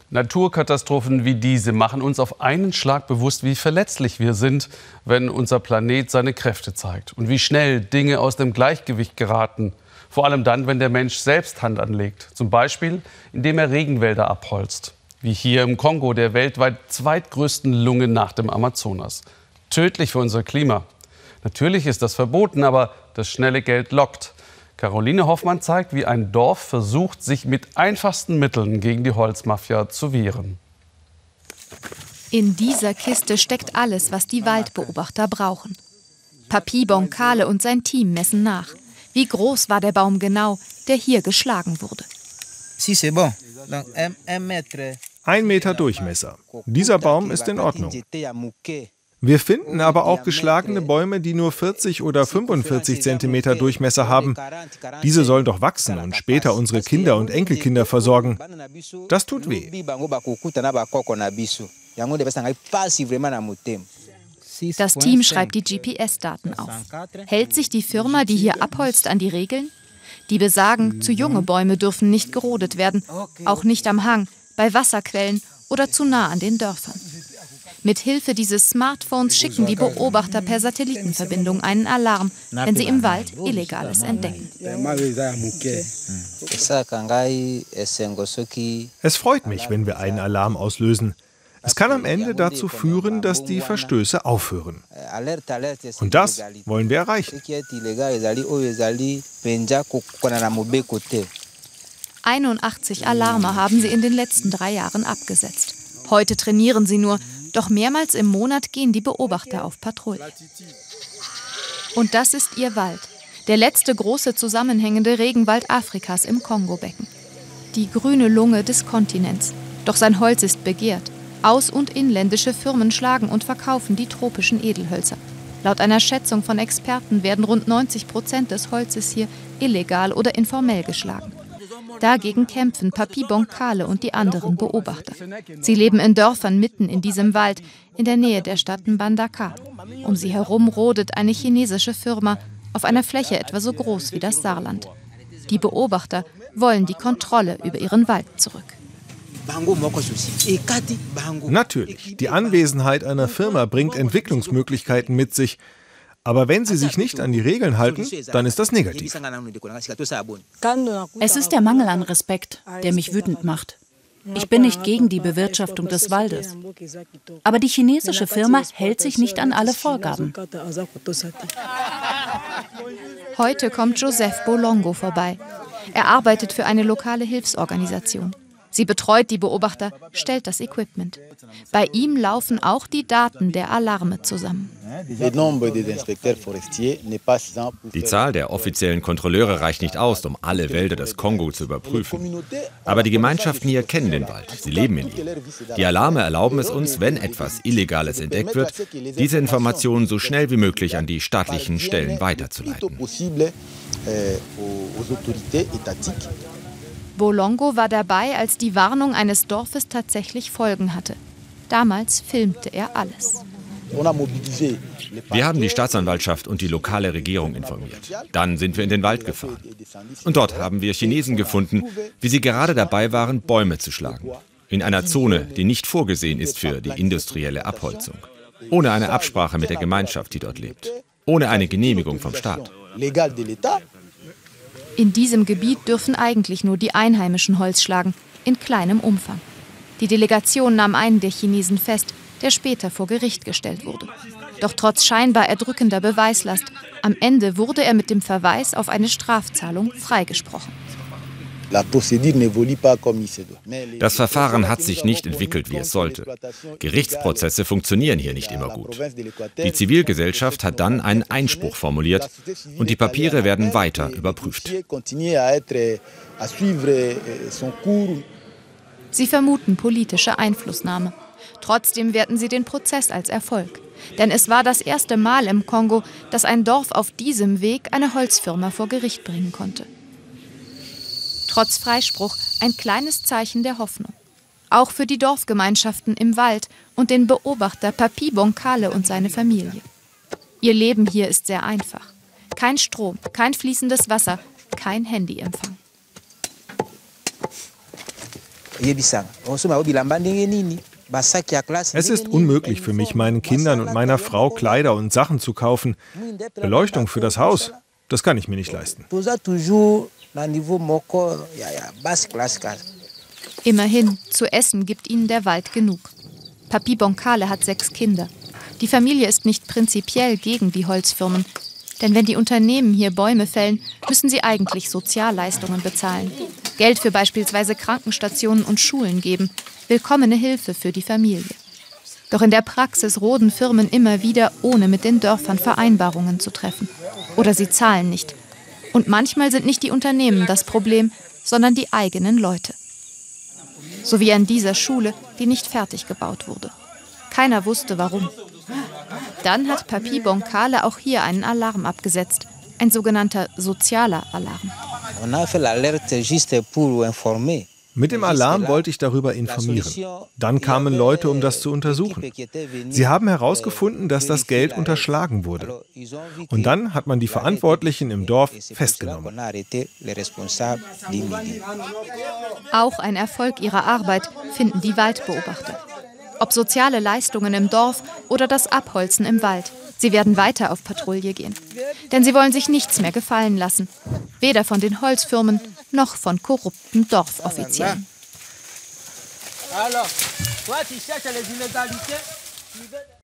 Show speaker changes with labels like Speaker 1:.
Speaker 1: Naturkatastrophen wie diese machen uns auf einen Schlag bewusst, wie verletzlich wir sind, wenn unser Planet seine Kräfte zeigt. Und wie schnell Dinge aus dem Gleichgewicht geraten. Vor allem dann, wenn der Mensch selbst Hand anlegt. Zum Beispiel, indem er Regenwälder abholzt. Wie hier im Kongo, der weltweit zweitgrößten Lunge nach dem Amazonas. Tödlich für unser Klima. Natürlich ist das verboten, aber das schnelle Geld lockt. Caroline Hoffmann zeigt, wie ein Dorf versucht, sich mit einfachsten Mitteln gegen die Holzmafia zu wehren.
Speaker 2: In dieser Kiste steckt alles, was die Waldbeobachter brauchen. Papi Bonkale und sein Team messen nach. Wie groß war der Baum genau, der hier geschlagen wurde?
Speaker 3: 1 Meter Durchmesser. Dieser Baum ist in Ordnung. Wir finden aber auch geschlagene Bäume, die nur 40 oder 45 Zentimeter Durchmesser haben. Diese sollen doch wachsen und später unsere Kinder und Enkelkinder versorgen. Das tut weh.
Speaker 2: Das Team schreibt die GPS-Daten auf. Hält sich die Firma, die hier abholzt, an die Regeln? Die besagen, zu junge Bäume dürfen nicht gerodet werden, auch nicht am Hang, bei Wasserquellen oder zu nah an den Dörfern. Mit Hilfe dieses Smartphones schicken die Beobachter per Satellitenverbindung einen Alarm, wenn sie im Wald Illegales entdecken.
Speaker 3: Es freut mich, wenn wir einen Alarm auslösen. Es kann am Ende dazu führen, dass die Verstöße aufhören. Und das wollen wir erreichen.
Speaker 2: 81 Alarme haben sie in den letzten 3 Jahren abgesetzt. Heute trainieren sie nur, doch mehrmals im Monat gehen die Beobachter auf Patrouille. Und das ist ihr Wald, der letzte große zusammenhängende Regenwald Afrikas im Kongobecken. Die grüne Lunge des Kontinents. Doch sein Holz ist begehrt. Aus- und inländische Firmen schlagen und verkaufen die tropischen Edelhölzer. Laut einer Schätzung von Experten werden rund 90% des Holzes hier illegal oder informell geschlagen. Dagegen kämpfen Papi Bonkale und die anderen Beobachter. Sie leben in Dörfern mitten in diesem Wald, in der Nähe der Stadt Mbandaka. Um sie herum rodet eine chinesische Firma auf einer Fläche etwa so groß wie das Saarland. Die Beobachter wollen die Kontrolle über ihren Wald zurück.
Speaker 3: Natürlich, die Anwesenheit einer Firma bringt Entwicklungsmöglichkeiten mit sich. Aber wenn sie sich nicht an die Regeln halten, dann ist das negativ.
Speaker 4: Es ist der Mangel an Respekt, der mich wütend macht. Ich bin nicht gegen die Bewirtschaftung des Waldes. Aber die chinesische Firma hält sich nicht an alle Vorgaben.
Speaker 2: Heute kommt Joseph Bolongo vorbei. Er arbeitet für eine lokale Hilfsorganisation. Sie betreut die Beobachter, stellt das Equipment. Bei ihm laufen auch die Daten der Alarme zusammen.
Speaker 5: Die Zahl der offiziellen Kontrolleure reicht nicht aus, um alle Wälder des Kongo zu überprüfen. Aber die Gemeinschaften hier kennen den Wald, sie leben in ihm. Die Alarme erlauben es uns, wenn etwas Illegales entdeckt wird, diese Informationen so schnell wie möglich an die staatlichen Stellen weiterzuleiten.
Speaker 2: Bolongo war dabei, als die Warnung eines Dorfes tatsächlich Folgen hatte. Damals filmte er alles.
Speaker 5: Wir haben die Staatsanwaltschaft und die lokale Regierung informiert. Dann sind wir in den Wald gefahren. Und dort haben wir Chinesen gefunden, wie sie gerade dabei waren, Bäume zu schlagen. In einer Zone, die nicht vorgesehen ist für die industrielle Abholzung. Ohne eine Absprache mit der Gemeinschaft, die dort lebt. Ohne eine Genehmigung vom Staat.
Speaker 2: In diesem Gebiet dürfen eigentlich nur die Einheimischen Holz schlagen, in kleinem Umfang. Die Delegation nahm einen der Chinesen fest, der später vor Gericht gestellt wurde. Doch trotz scheinbar erdrückender Beweislast, am Ende wurde er mit dem Verweis auf eine Strafzahlung freigesprochen.
Speaker 5: Das Verfahren hat sich nicht entwickelt, wie es sollte. Gerichtsprozesse funktionieren hier nicht immer gut. Die Zivilgesellschaft hat dann einen Einspruch formuliert und die Papiere werden weiter überprüft.
Speaker 2: Sie vermuten politische Einflussnahme. Trotzdem werten sie den Prozess als Erfolg. Denn es war das erste Mal im Kongo, dass ein Dorf auf diesem Weg eine Holzfirma vor Gericht bringen konnte. Trotz Freispruch ein kleines Zeichen der Hoffnung. Auch für die Dorfgemeinschaften im Wald und den Beobachter Papi Bonkale und seine Familie. Ihr Leben hier ist sehr einfach. Kein Strom, kein fließendes Wasser, kein Handyempfang.
Speaker 3: Es ist unmöglich für mich, meinen Kindern und meiner Frau Kleider und Sachen zu kaufen. Beleuchtung für das Haus, das kann ich mir nicht leisten.
Speaker 2: Immerhin, zu essen gibt ihnen der Wald genug. Papi Bonkale hat 6 Kinder. Die Familie ist nicht prinzipiell gegen die Holzfirmen. Denn wenn die Unternehmen hier Bäume fällen, müssen sie eigentlich Sozialleistungen bezahlen. Geld für beispielsweise Krankenstationen und Schulen geben. Willkommene Hilfe für die Familie. Doch in der Praxis roden Firmen immer wieder, ohne mit den Dörfern Vereinbarungen zu treffen. Oder sie zahlen nicht. Und manchmal sind nicht die Unternehmen das Problem, sondern die eigenen Leute. So wie an dieser Schule, die nicht fertig gebaut wurde. Keiner wusste, warum. Dann hat Papi Bonkale auch hier einen Alarm abgesetzt. Ein sogenannter sozialer Alarm.
Speaker 3: Mit dem Alarm wollte ich darüber informieren. Dann kamen Leute, um das zu untersuchen. Sie haben herausgefunden, dass das Geld unterschlagen wurde. Und dann hat man die Verantwortlichen im Dorf festgenommen.
Speaker 2: Auch ein Erfolg ihrer Arbeit finden die Waldbeobachter. Ob soziale Leistungen im Dorf oder das Abholzen im Wald. Sie werden weiter auf Patrouille gehen. Denn sie wollen sich nichts mehr gefallen lassen. Weder von den Holzfirmen noch von korrupten Dorfoffiziellen.